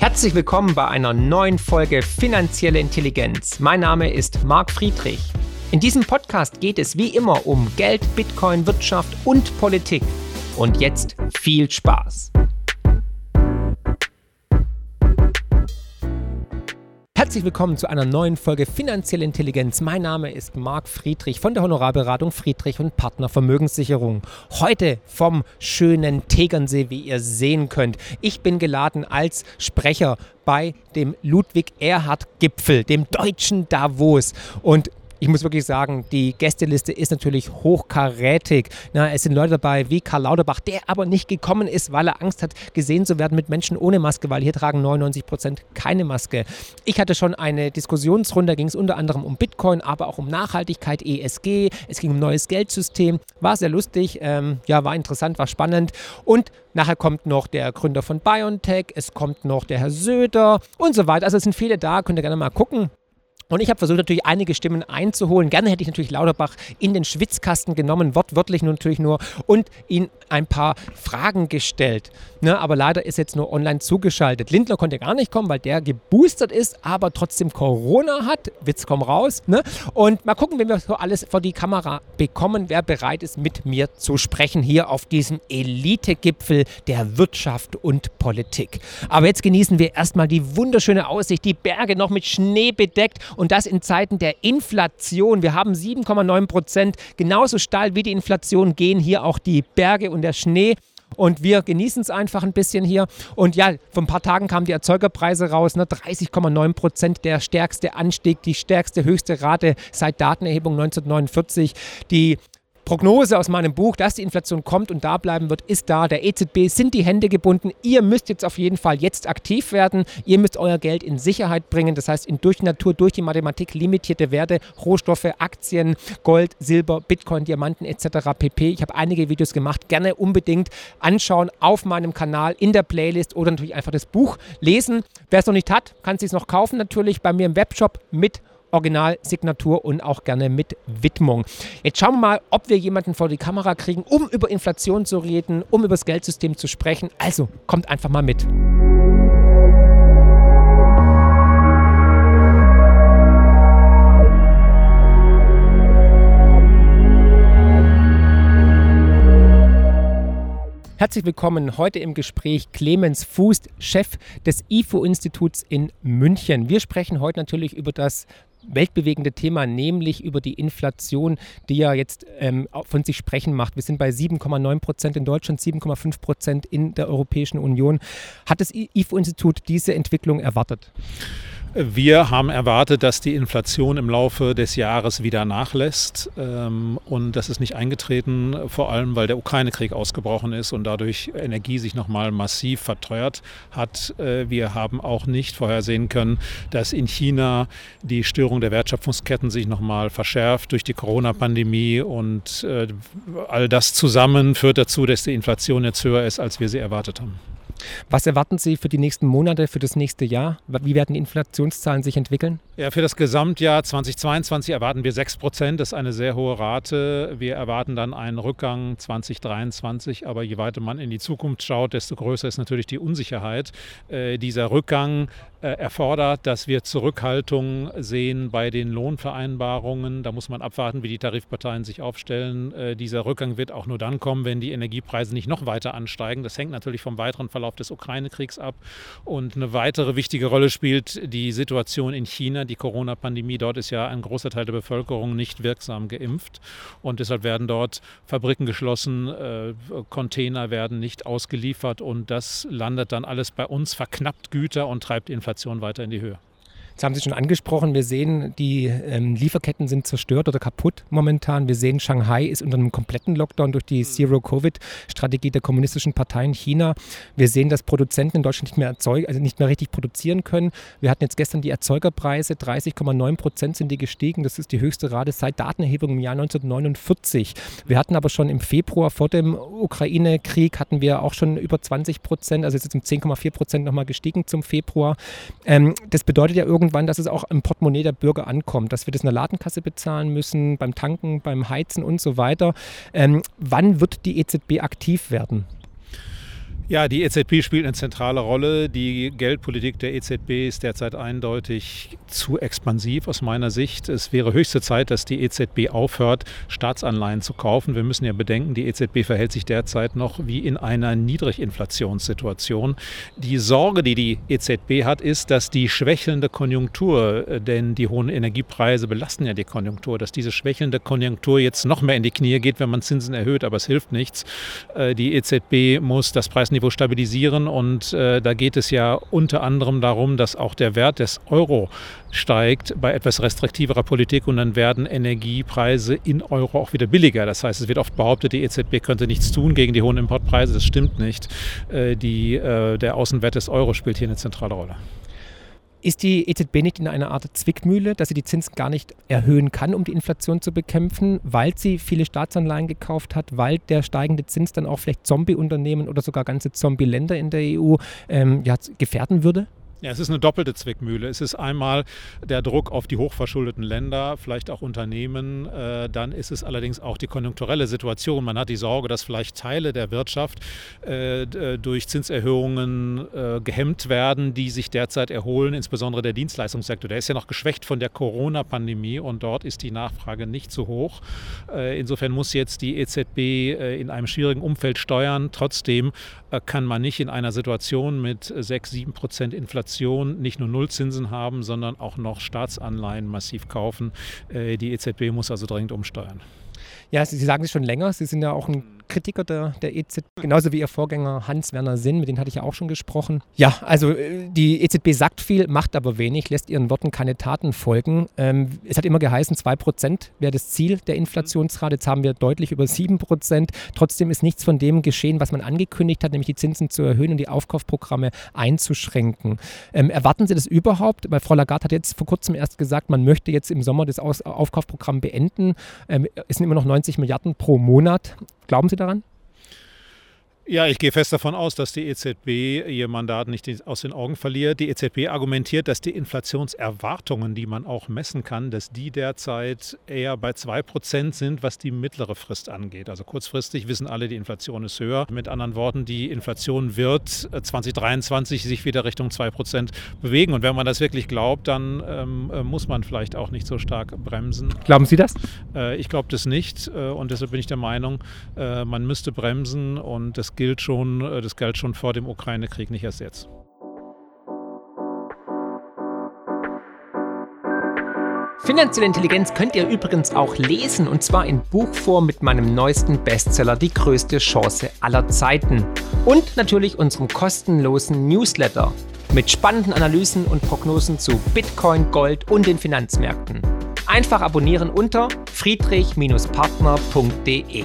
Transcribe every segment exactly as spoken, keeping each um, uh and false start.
Herzlich willkommen bei einer neuen Folge Finanzielle Intelligenz. Mein Name ist Marc Friedrich. In diesem Podcast geht es wie immer um Geld, Bitcoin, Wirtschaft und Politik. Und jetzt viel Spaß! Herzlich willkommen zu einer neuen Folge Finanzielle Intelligenz. Mein Name ist Marc Friedrich von der Honorarberatung Friedrich und Partner Vermögenssicherung. Heute vom schönen Tegernsee, wie ihr sehen könnt. Ich bin geladen als Sprecher bei dem Ludwig-Erhard-Gipfel, dem deutschen Davos. Und ich muss wirklich sagen, die Gästeliste ist natürlich hochkarätig. Na, es sind Leute dabei wie Karl Lauterbach, der aber nicht gekommen ist, weil er Angst hat, gesehen zu werden mit Menschen ohne Maske, weil hier tragen neunundneunzig Prozent keine Maske. Ich hatte schon eine Diskussionsrunde, da ging es unter anderem um Bitcoin, aber auch um Nachhaltigkeit, E S G. Es ging um neues Geldsystem. War sehr lustig, ähm, ja, war interessant, war spannend. Und nachher kommt noch der Gründer von BioNTech, es kommt noch der Herr Söder und so weiter. Also es sind viele da, könnt ihr gerne mal gucken. Und ich habe versucht, natürlich einige Stimmen einzuholen. Gerne hätte ich natürlich Lauterbach in den Schwitzkasten genommen, wortwörtlich natürlich nur, und ihn ein paar Fragen gestellt. Ne, aber leider ist jetzt nur online zugeschaltet. Lindner konnte gar nicht kommen, weil der geboostert ist, aber trotzdem Corona hat. Witz, komm raus. Ne? Und mal gucken, wenn wir so alles vor die Kamera bekommen, wer bereit ist, mit mir zu sprechen hier auf diesem Elite-Gipfel der Wirtschaft und Politik. Aber jetzt genießen wir erstmal die wunderschöne Aussicht, die Berge noch mit Schnee bedeckt. Und das in Zeiten der Inflation. Wir haben sieben Komma neun Prozent. Genauso steil wie die Inflation gehen hier auch die Berge und der Schnee. Und wir genießen es einfach ein bisschen hier. Und ja, vor ein paar Tagen kamen die Erzeugerpreise raus. Ne? dreißig Komma neun Prozent, der stärkste Anstieg, die stärkste, höchste Rate seit Datenerhebung neunzehnhundertneunundvierzig. Die Prognose aus meinem Buch, dass die Inflation kommt und da bleiben wird, ist da. Der E Z B sind die Hände gebunden. Ihr müsst jetzt auf jeden Fall jetzt aktiv werden. Ihr müsst euer Geld in Sicherheit bringen. Das heißt, in durch die Natur, durch die Mathematik limitierte Werte, Rohstoffe, Aktien, Gold, Silber, Bitcoin, Diamanten et cetera pp. Ich habe einige Videos gemacht. Gerne unbedingt anschauen auf meinem Kanal, in der Playlist oder natürlich einfach das Buch lesen. Wer es noch nicht hat, kann es sich noch kaufen. Natürlich bei mir im Webshop mit Originalsignatur und auch gerne mit Widmung. Jetzt schauen wir mal, ob wir jemanden vor die Kamera kriegen, um über Inflation zu reden, um über das Geldsystem zu sprechen. Also, kommt einfach mal mit. Herzlich willkommen heute im Gespräch Clemens Fuß, Chef des I F O-Instituts in München. Wir sprechen heute natürlich über das weltbewegende Thema, nämlich über die Inflation, die ja jetzt ähm, von sich sprechen macht. Wir sind bei sieben Komma neun Prozent in Deutschland, sieben Komma fünf Prozent in der Europäischen Union. Hat das I F O-Institut diese Entwicklung erwartet? Wir haben erwartet, dass die Inflation im Laufe des Jahres wieder nachlässt, ähm, und das ist nicht eingetreten, vor allem weil der Ukraine-Krieg ausgebrochen ist und dadurch Energie sich nochmal massiv verteuert hat. Äh, wir haben auch nicht vorhersehen können, dass in China die Störung der Wertschöpfungsketten sich nochmal verschärft durch die Corona-Pandemie, und äh, all das zusammen führt dazu, dass die Inflation jetzt höher ist, als wir sie erwartet haben. Was erwarten Sie für die nächsten Monate, für das nächste Jahr? Wie werden die Inflationszahlen sich entwickeln? Ja, für das Gesamtjahr zweitausendzweiundzwanzig erwarten wir sechs Prozent. Das ist eine sehr hohe Rate. Wir erwarten dann einen Rückgang zweitausenddreiundzwanzig. Aber je weiter man in die Zukunft schaut, desto größer ist natürlich die Unsicherheit. Äh, dieser Rückgang äh, erfordert, dass wir Zurückhaltung sehen bei den Lohnvereinbarungen. Da muss man abwarten, wie die Tarifparteien sich aufstellen. Äh, dieser Rückgang wird auch nur dann kommen, wenn die Energiepreise nicht noch weiter ansteigen. Das hängt natürlich vom weiteren Verlauf des Ukraine-Kriegs ab. Und eine weitere wichtige Rolle spielt die Situation in China. Die Corona-Pandemie, dort ist ja ein großer Teil der Bevölkerung nicht wirksam geimpft. Und deshalb werden dort Fabriken geschlossen, äh, Container werden nicht ausgeliefert. Und das landet dann alles bei uns, verknappt Güter und treibt die Inflation weiter in die Höhe. Das haben Sie schon angesprochen. Wir sehen, die ähm, Lieferketten sind zerstört oder kaputt momentan. Wir sehen, Shanghai ist unter einem kompletten Lockdown durch die Zero-Covid-Strategie der kommunistischen Partei in China. Wir sehen, dass Produzenten in Deutschland nicht mehr erzeugen, also nicht mehr richtig produzieren können. Wir hatten jetzt gestern die Erzeugerpreise, dreißig Komma neun Prozent sind die gestiegen. Das ist die höchste Rate seit Datenerhebung im Jahr neunzehnhundertneunundvierzig. Wir hatten aber schon im Februar vor dem Ukraine-Krieg hatten wir auch schon über zwanzig Prozent, also es ist um zehn Komma vier Prozent nochmal gestiegen zum Februar. Ähm, das bedeutet ja irgendwann, dass es auch im Portemonnaie der Bürger ankommt, dass wir das in der Ladenkasse bezahlen müssen, beim Tanken, beim Heizen und so weiter. Ähm, wann wird die E Z B aktiv werden? Ja, die E Z B spielt eine zentrale Rolle. Die Geldpolitik der E Z B ist derzeit eindeutig zu expansiv aus meiner Sicht. Es wäre höchste Zeit, dass die E Z B aufhört, Staatsanleihen zu kaufen. Wir müssen ja bedenken, die E Z B verhält sich derzeit noch wie in einer Niedriginflationssituation. Die Sorge, die die E Z B hat, ist, dass die schwächelnde Konjunktur, denn die hohen Energiepreise belasten ja die Konjunktur, dass diese schwächelnde Konjunktur jetzt noch mehr in die Knie geht, wenn man Zinsen erhöht, aber es hilft nichts. Die E Z B muss das Preisniveau stabilisieren und äh, da geht es ja unter anderem darum, dass auch der Wert des Euro steigt bei etwas restriktiverer Politik und dann werden Energiepreise in Euro auch wieder billiger. Das heißt, es wird oft behauptet, die E Z B könnte nichts tun gegen die hohen Importpreise. Das stimmt nicht. Äh, die, äh, der Außenwert des Euro spielt hier eine zentrale Rolle. Ist die E Z B nicht in einer Art Zwickmühle, dass sie die Zinsen gar nicht erhöhen kann, um die Inflation zu bekämpfen, weil sie viele Staatsanleihen gekauft hat, weil der steigende Zins dann auch vielleicht Zombie-Unternehmen oder sogar ganze Zombie-Länder in der E U ähm, ja, gefährden würde? Ja, es ist eine doppelte Zwickmühle. Es ist einmal der Druck auf die hochverschuldeten Länder, vielleicht auch Unternehmen. Äh, dann ist es allerdings auch die konjunkturelle Situation. Man hat die Sorge, dass vielleicht Teile der Wirtschaft äh, durch Zinserhöhungen äh, gehemmt werden, die sich derzeit erholen, insbesondere der Dienstleistungssektor. Der ist ja noch geschwächt von der Corona-Pandemie und dort ist die Nachfrage nicht so hoch. Äh, insofern muss jetzt die E Z B äh, in einem schwierigen Umfeld steuern. Trotzdem äh, kann man nicht in einer Situation mit sechs, sieben Prozent Inflation nicht nur Nullzinsen haben, sondern auch noch Staatsanleihen massiv kaufen. Die E Z B muss also dringend umsteuern. Ja, Sie, Sie sagen es schon länger. Sie sind ja auch ein Kritiker der, der E Z B, genauso wie Ihr Vorgänger Hans-Werner Sinn, mit dem hatte ich ja auch schon gesprochen. Ja, also die E Z B sagt viel, macht aber wenig, lässt ihren Worten keine Taten folgen. Ähm, es hat immer geheißen, zwei Prozent wäre das Ziel der Inflationsrate. Jetzt haben wir deutlich über sieben Prozent. Trotzdem ist nichts von dem geschehen, was man angekündigt hat, nämlich die Zinsen zu erhöhen und die Aufkaufprogramme einzuschränken. Ähm, erwarten Sie das überhaupt? Weil Frau Lagarde hat jetzt vor kurzem erst gesagt, man möchte jetzt im Sommer das Aus- Aufkaufprogramm beenden. Ähm, es sind immer noch neunzig Milliarden pro Monat. Glauben Sie daran? Ja, ich gehe fest davon aus, dass die E Z B ihr Mandat nicht aus den Augen verliert. Die E Z B argumentiert, dass die Inflationserwartungen, die man auch messen kann, dass die derzeit eher bei zwei Prozent sind, was die mittlere Frist angeht. Also kurzfristig wissen alle, die Inflation ist höher. Mit anderen Worten, die Inflation wird zwanzig dreiundzwanzig sich wieder Richtung zwei Prozent bewegen. Und wenn man das wirklich glaubt, dann ähm, muss man vielleicht auch nicht so stark bremsen. Glauben Sie das? Äh, ich glaube das nicht. Äh, und deshalb bin ich der Meinung, äh, man müsste bremsen und das gilt schon, das galt schon vor dem Ukraine-Krieg, nicht erst jetzt. Finanzielle Intelligenz könnt ihr übrigens auch lesen, und zwar in Buchform mit meinem neuesten Bestseller Die größte Chance aller Zeiten. Und natürlich unserem kostenlosen Newsletter mit spannenden Analysen und Prognosen zu Bitcoin, Gold und den Finanzmärkten. Einfach abonnieren unter friedrich Partner punkt de.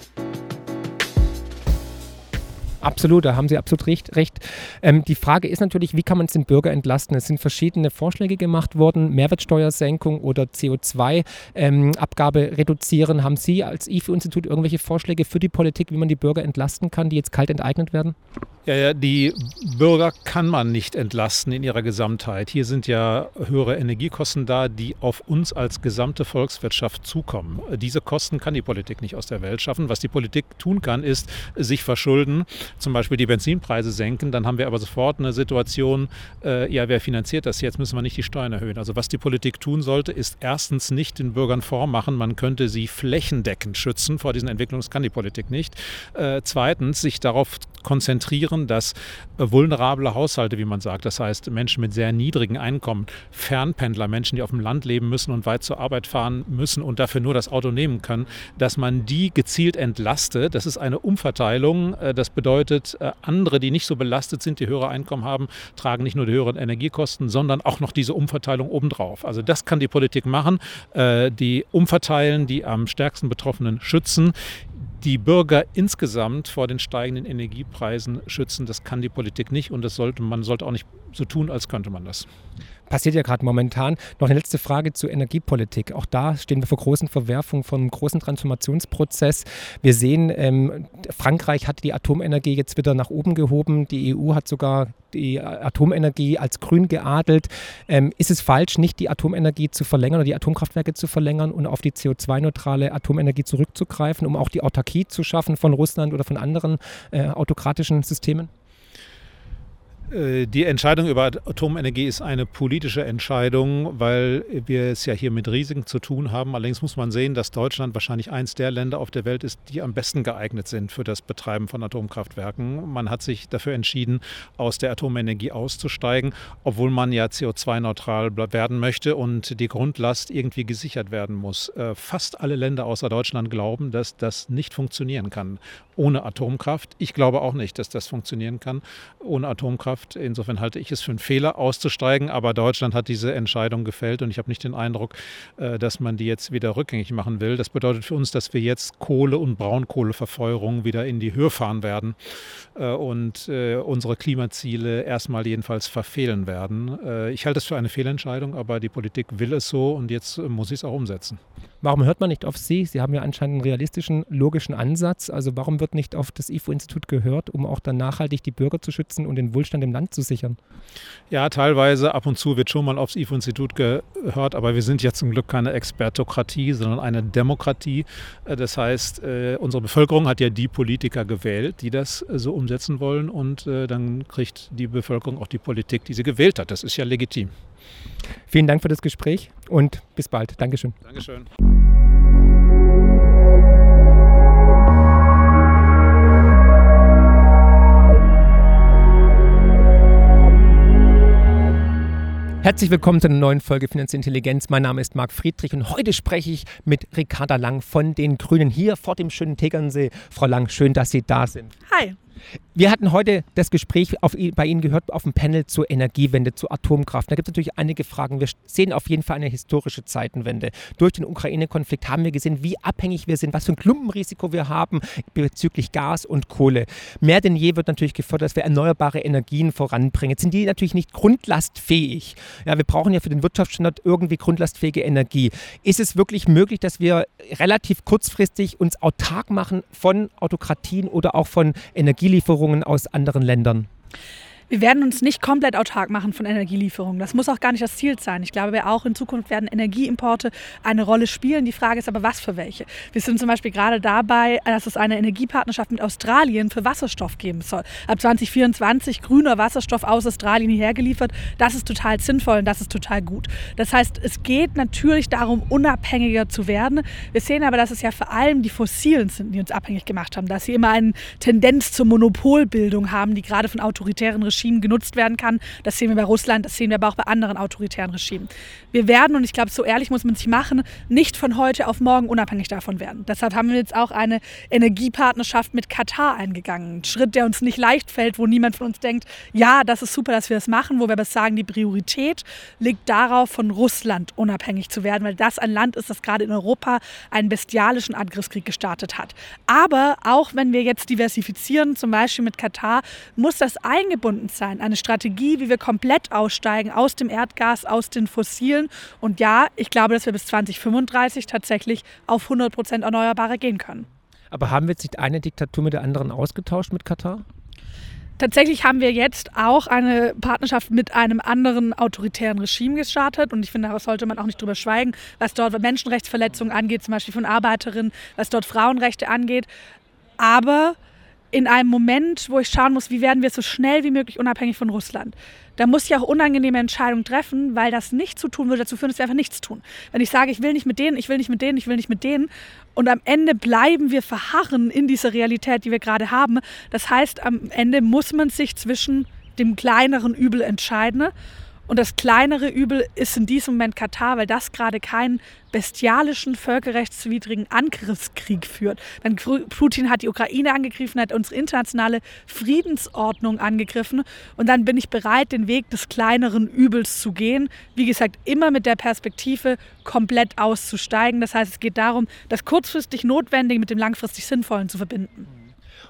Absolut, da haben Sie absolut recht. recht. Ähm, die Frage ist natürlich, wie kann man es den Bürger entlasten? Es sind verschiedene Vorschläge gemacht worden, Mehrwertsteuersenkung oder C O zwei Abgabe ähm, reduzieren. Haben Sie als I F O-Institut irgendwelche Vorschläge für die Politik, wie man die Bürger entlasten kann, die jetzt kalt enteignet werden? Ja, ja, die Bürger kann man nicht entlasten in ihrer Gesamtheit. Hier sind ja höhere Energiekosten da, die auf uns als gesamte Volkswirtschaft zukommen. Diese Kosten kann die Politik nicht aus der Welt schaffen. Was die Politik tun kann, ist sich verschulden, zum Beispiel die Benzinpreise senken. Dann haben wir aber sofort eine Situation, äh, ja, wer finanziert das jetzt? Müssen wir nicht die Steuern erhöhen. Also was die Politik tun sollte, ist erstens nicht den Bürgern vormachen, man könnte sie flächendeckend schützen. Vor diesen Entwicklungen, das kann die Politik nicht. Äh, zweitens, sich darauf konzentrieren, dass vulnerable Haushalte, wie man sagt, das heißt Menschen mit sehr niedrigen Einkommen, Fernpendler, Menschen, die auf dem Land leben müssen und weit zur Arbeit fahren müssen und dafür nur das Auto nehmen können, dass man die gezielt entlastet. Das ist eine Umverteilung. Das bedeutet, andere, die nicht so belastet sind, die höhere Einkommen haben, tragen nicht nur die höheren Energiekosten, sondern auch noch diese Umverteilung obendrauf. Also das kann die Politik machen, die umverteilen, die am stärksten Betroffenen schützen. Die Bürger insgesamt vor den steigenden Energiepreisen schützen, das kann die Politik nicht und das sollte, man sollte auch nicht so tun, als könnte man das. Passiert ja gerade momentan. Noch eine letzte Frage zur Energiepolitik. Auch da stehen wir vor großen Verwerfungen, vor einem großen Transformationsprozess. Wir sehen, ähm, Frankreich hat die Atomenergie jetzt wieder nach oben gehoben. Die E U hat sogar die Atomenergie als grün geadelt. Ähm, ist es falsch, nicht die Atomenergie zu verlängern oder die Atomkraftwerke zu verlängern und auf die C O zwei neutrale Atomenergie zurückzugreifen, um auch die Autarkie zu schaffen von Russland oder von anderen äh, autokratischen Systemen? Die Entscheidung über Atomenergie ist eine politische Entscheidung, weil wir es ja hier mit Risiken zu tun haben. Allerdings muss man sehen, dass Deutschland wahrscheinlich eins der Länder auf der Welt ist, die am besten geeignet sind für das Betreiben von Atomkraftwerken. Man hat sich dafür entschieden, aus der Atomenergie auszusteigen, obwohl man ja C O zwei neutral werden möchte und die Grundlast irgendwie gesichert werden muss. Fast alle Länder außer Deutschland glauben, dass das nicht funktionieren kann ohne Atomkraft. Ich glaube auch nicht, dass das funktionieren kann ohne Atomkraft. Insofern halte ich es für einen Fehler, auszusteigen. Aber Deutschland hat diese Entscheidung gefällt und ich habe nicht den Eindruck, dass man die jetzt wieder rückgängig machen will. Das bedeutet für uns, dass wir jetzt Kohle- und Braunkohleverfeuerung wieder in die Höhe fahren werden und unsere Klimaziele erstmal jedenfalls verfehlen werden. Ich halte es für eine Fehlentscheidung, aber die Politik will es so und jetzt muss sie es auch umsetzen. Warum hört man nicht auf Sie? Sie haben ja anscheinend einen realistischen, logischen Ansatz. Also warum wird nicht auf das I F O-Institut gehört, um auch dann nachhaltig die Bürger zu schützen und den Wohlstand im Land zu sichern? Ja, teilweise ab und zu wird schon mal aufs I F O-Institut gehört, aber wir sind ja zum Glück keine Expertokratie, sondern eine Demokratie. Das heißt, unsere Bevölkerung hat ja die Politiker gewählt, die das so umsetzen wollen und dann kriegt die Bevölkerung auch die Politik, die sie gewählt hat. Das ist ja legitim. Vielen Dank für das Gespräch und bis bald. Dankeschön. Dankeschön. Herzlich willkommen zu einer neuen Folge Finanzielle Intelligenz. Mein Name ist Marc Friedrich und heute spreche ich mit Ricarda Lang von den Grünen hier vor dem schönen Tegernsee. Frau Lang, schön, dass Sie da sind. Hi. Wir hatten heute das Gespräch auf, bei Ihnen gehört auf dem Panel zur Energiewende, zur Atomkraft. Da gibt es natürlich einige Fragen. Wir sehen auf jeden Fall eine historische Zeitenwende. Durch den Ukraine-Konflikt haben wir gesehen, wie abhängig wir sind, was für ein Klumpenrisiko wir haben bezüglich Gas und Kohle. Mehr denn je wird natürlich gefordert, dass wir erneuerbare Energien voranbringen. Jetzt sind die natürlich nicht grundlastfähig. Ja, wir brauchen ja für den Wirtschaftsstandort irgendwie grundlastfähige Energie. Ist es wirklich möglich, dass wir relativ kurzfristig uns autark machen von Autokratien oder auch von Energielieferungen aus anderen Ländern? Wir werden uns nicht komplett autark machen von Energielieferungen. Das muss auch gar nicht das Ziel sein. Ich glaube, auch in Zukunft werden Energieimporte eine Rolle spielen. Die Frage ist aber, was für welche. Wir sind zum Beispiel gerade dabei, dass es eine Energiepartnerschaft mit Australien für Wasserstoff geben soll. Ab zwanzig vierundzwanzig grüner Wasserstoff aus Australien hierher geliefert. Das ist total sinnvoll und das ist total gut. Das heißt, es geht natürlich darum, unabhängiger zu werden. Wir sehen aber, dass es ja vor allem die Fossilen sind, die uns abhängig gemacht haben. Dass sie immer eine Tendenz zur Monopolbildung haben, die gerade von autoritären Regimen genutzt werden kann. Das sehen wir bei Russland, das sehen wir aber auch bei anderen autoritären Regimen. Wir werden, und ich glaube, so ehrlich muss man sich machen, nicht von heute auf morgen unabhängig davon werden. Deshalb haben wir jetzt auch eine Energiepartnerschaft mit Katar eingegangen. Ein Schritt, der uns nicht leicht fällt, wo niemand von uns denkt, ja, das ist super, dass wir das machen, wo wir aber sagen, die Priorität liegt darauf, von Russland unabhängig zu werden, weil das ein Land ist, das gerade in Europa einen bestialischen Angriffskrieg gestartet hat. Aber auch wenn wir jetzt diversifizieren, zum Beispiel mit Katar, muss das eingebunden sein. Eine Strategie, wie wir komplett aussteigen aus dem Erdgas, aus den Fossilen. Und ja, ich glaube, dass wir bis zwanzig fünfunddreißig tatsächlich auf hundert Prozent Erneuerbare gehen können. Aber haben wir jetzt nicht eine Diktatur mit der anderen ausgetauscht mit Katar? Tatsächlich haben wir jetzt auch eine Partnerschaft mit einem anderen autoritären Regime gestartet und ich finde, da sollte man auch nicht drüber schweigen, was dort Menschenrechtsverletzungen angeht, zum Beispiel von Arbeiterinnen, was dort Frauenrechte angeht. Aber in einem Moment, wo ich schauen muss, wie werden wir so schnell wie möglich unabhängig von Russland. Da muss ich auch unangenehme Entscheidungen treffen, weil das nicht zu tun würde dazu führen, dass wir einfach nichts tun. Wenn ich sage, ich will nicht mit denen, ich will nicht mit denen, ich will nicht mit denen und am Ende bleiben wir verharren in dieser Realität, die wir gerade haben. Das heißt, am Ende muss man sich zwischen dem kleineren Übel entscheiden. Und das kleinere Übel ist in diesem Moment Katar, weil das gerade keinen bestialischen, völkerrechtswidrigen Angriffskrieg führt. Wenn Putin hat die Ukraine angegriffen, hat unsere internationale Friedensordnung angegriffen und dann bin ich bereit, den Weg des kleineren Übels zu gehen. Wie gesagt, immer mit der Perspektive, komplett auszusteigen. Das heißt, es geht darum, das kurzfristig Notwendige mit dem langfristig Sinnvollen zu verbinden.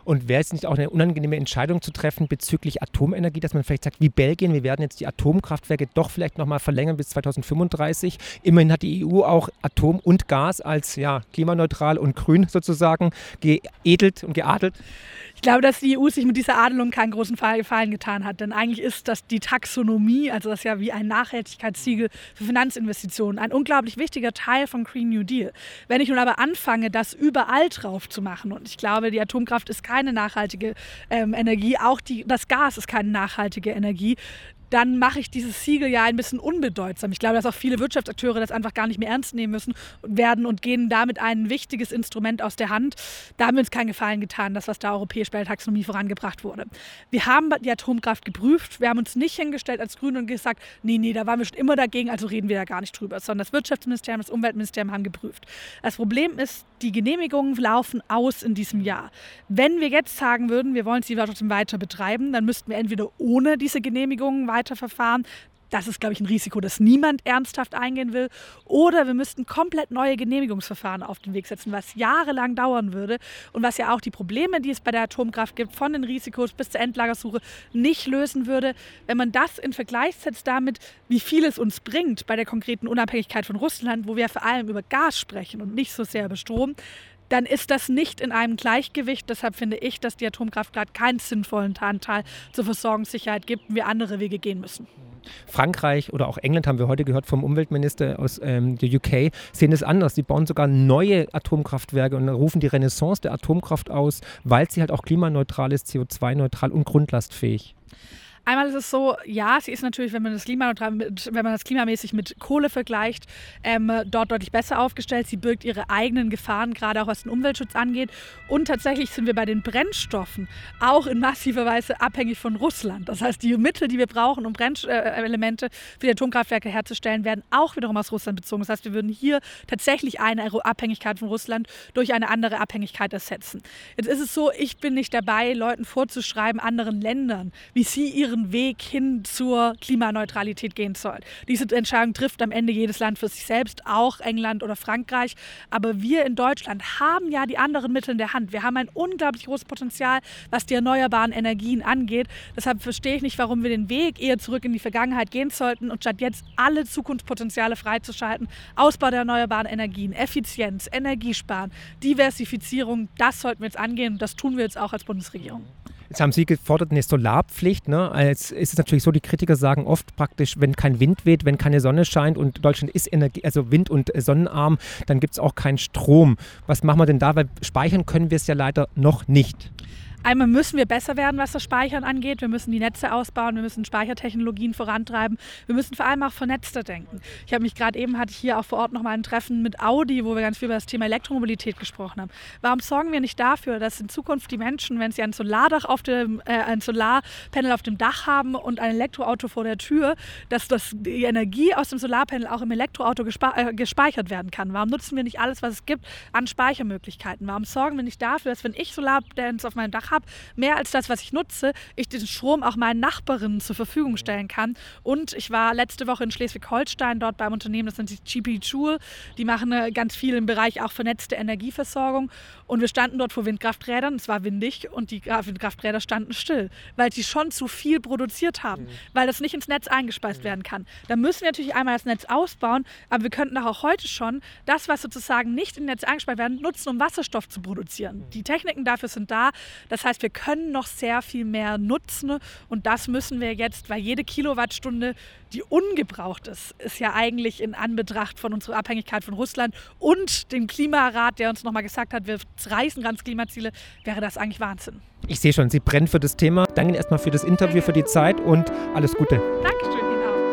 Und wäre es nicht auch eine unangenehme Entscheidung zu treffen bezüglich Atomenergie, dass man vielleicht sagt, wie Belgien, wir werden jetzt die Atomkraftwerke doch vielleicht nochmal verlängern bis zweitausendfünfunddreißig. Immerhin hat die E U auch Atom und Gas als ja, klimaneutral und grün sozusagen geedelt und geadelt. Ich glaube, dass die E U sich mit dieser Adelung keinen großen Gefallen getan hat. Denn eigentlich ist das die Taxonomie, also das ist ja wie ein Nachhaltigkeitssiegel für Finanzinvestitionen, ein unglaublich wichtiger Teil vom Green New Deal. Wenn ich nun aber anfange, das überall drauf zu machen, und ich glaube, die Atomkraft ist keine nachhaltige ähm, Energie, auch die, das Gas ist keine nachhaltige Energie, dann mache ich dieses Siegel ja ein bisschen unbedeutsam. Ich glaube, dass auch viele Wirtschaftsakteure das einfach gar nicht mehr ernst nehmen müssen werden und gehen damit ein wichtiges Instrument aus der Hand. Da haben wir uns keinen Gefallen getan, das, was da europäisch bei der Taxonomie vorangebracht wurde. Wir haben die Atomkraft geprüft. Wir haben uns nicht hingestellt als Grüne und gesagt, nee, nee, da waren wir schon immer dagegen, also reden wir da gar nicht drüber. Sondern das Wirtschaftsministerium, das Umweltministerium haben geprüft. Das Problem ist, die Genehmigungen laufen aus in diesem Jahr. Wenn wir jetzt sagen würden, wir wollen sie trotzdem weiter betreiben, dann müssten wir entweder ohne diese Genehmigungen weiter Verfahren. Das ist, glaube ich, ein Risiko, das niemand ernsthaft eingehen will. Oder wir müssten komplett neue Genehmigungsverfahren auf den Weg setzen, was jahrelang dauern würde und was ja auch die Probleme, die es bei der Atomkraft gibt, von den Risikos bis zur Endlagersuche, nicht lösen würde. Wenn man das in Vergleich setzt damit, wie viel es uns bringt bei der konkreten Unabhängigkeit von Russland, wo wir vor allem über Gas sprechen und nicht so sehr über Strom, dann ist das nicht in einem Gleichgewicht. Deshalb finde ich, dass die Atomkraft gerade keinen sinnvollen Anteil zur Versorgungssicherheit gibt und wir andere Wege gehen müssen. Frankreich oder auch England, haben wir heute gehört vom Umweltminister aus ähm, der U K, sehen es anders. Sie bauen sogar neue Atomkraftwerke und rufen die Renaissance der Atomkraft aus, weil sie halt auch klimaneutral ist, C O zwei neutral und grundlastfähig. Einmal ist es so, ja, sie ist natürlich, wenn man das, klimaneutral mit, wenn man das klimamäßig mit Kohle vergleicht, ähm, dort deutlich besser aufgestellt. Sie birgt ihre eigenen Gefahren, gerade auch was den Umweltschutz angeht. Und tatsächlich sind wir bei den Brennstoffen auch in massiver Weise abhängig von Russland. Das heißt, die Mittel, die wir brauchen, um Brennelemente für die Atomkraftwerke herzustellen, werden auch wiederum aus Russland bezogen. Das heißt, wir würden hier tatsächlich eine Abhängigkeit von Russland durch eine andere Abhängigkeit ersetzen. Jetzt ist es so, ich bin nicht dabei, Leuten vorzuschreiben, anderen Ländern, wie sie ihre Weg hin zur Klimaneutralität gehen soll. Diese Entscheidung trifft am Ende jedes Land für sich selbst, auch England oder Frankreich. Aber wir in Deutschland haben ja die anderen Mittel in der Hand. Wir haben ein unglaublich großes Potenzial, was die erneuerbaren Energien angeht. Deshalb verstehe ich nicht, warum wir den Weg eher zurück in die Vergangenheit gehen sollten und statt jetzt alle Zukunftspotenziale freizuschalten. Ausbau der erneuerbaren Energien, Effizienz, Energiesparen, Diversifizierung, das sollten wir jetzt angehen und das tun wir jetzt auch als Bundesregierung. Jetzt haben Sie gefordert eine Solarpflicht. Ne? Als ist es natürlich so, die Kritiker sagen oft praktisch, wenn kein Wind weht, wenn keine Sonne scheint und Deutschland ist Energie, also wind- und sonnenarm, dann gibt es auch keinen Strom. Was machen wir denn da? Weil speichern können wir es ja leider noch nicht. Einmal müssen wir besser werden, was das Speichern angeht. Wir müssen die Netze ausbauen, wir müssen Speichertechnologien vorantreiben. Wir müssen vor allem auch vernetzter denken. Ich habe mich gerade eben, hatte ich hier auch vor Ort nochmal ein Treffen mit Audi, wo wir ganz viel über das Thema Elektromobilität gesprochen haben. Warum sorgen wir nicht dafür, dass in Zukunft die Menschen, wenn sie ein Solardach auf dem, äh, ein Solarpanel auf dem Dach haben und ein Elektroauto vor der Tür, dass das, die Energie aus dem Solarpanel auch im Elektroauto gespe- äh, gespeichert werden kann? Warum nutzen wir nicht alles, was es gibt, an Speichermöglichkeiten? Warum sorgen wir nicht dafür, dass wenn ich Solarpanels auf meinem Dach habe, mehr als das, was ich nutze, ich den Strom auch meinen Nachbarinnen zur Verfügung stellen kann. Und ich war letzte Woche in Schleswig-Holstein, dort beim Unternehmen, das nennt sich G P Joule. Die machen ganz viel im Bereich auch vernetzte Energieversorgung. Und wir standen dort vor Windkrafträdern, es war windig und die Windkrafträder standen still, weil sie schon zu viel produziert haben, mhm. weil das nicht ins Netz eingespeist mhm. werden kann. Da müssen wir natürlich einmal das Netz ausbauen, aber wir könnten auch heute schon das, was sozusagen nicht ins Netz eingespeist werden, nutzen, um Wasserstoff zu produzieren. Mhm. Die Techniken dafür sind da. Das heißt, wir können noch sehr viel mehr nutzen und das müssen wir jetzt, weil jede Kilowattstunde, die ungebraucht ist, ist ja eigentlich in Anbetracht von unserer Abhängigkeit von Russland und dem Klimarat, der uns nochmal gesagt hat, wir reißen ganz Klimaziele, wäre das eigentlich Wahnsinn. Ich sehe schon, Sie brennen für das Thema. Danke erstmal für das Interview, für die Zeit und alles Gute. Dankeschön, Ihnen auch.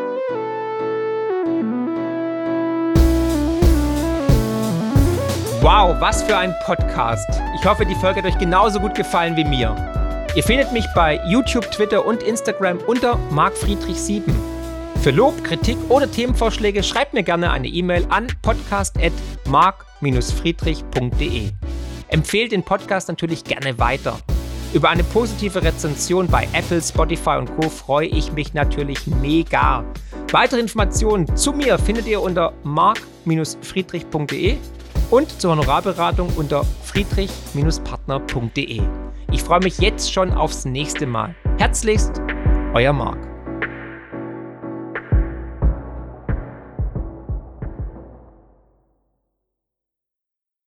Wow, was für ein Podcast. Ich hoffe, die Folge hat euch genauso gut gefallen wie mir. Ihr findet mich bei YouTube, Twitter und Instagram unter mark friedrich sieben. Für Lob, Kritik oder Themenvorschläge schreibt mir gerne eine E-Mail an podcast at mark friedrich punkt de. Empfehlt den Podcast natürlich gerne weiter. Über eine positive Rezension bei Apple, Spotify und Co. freue ich mich natürlich mega. Weitere Informationen zu mir findet ihr unter mark friedrich punkt de. und zur Honorarberatung unter friedrich Partner punkt de. Ich freue mich jetzt schon aufs nächste Mal. Herzlichst, euer Marc.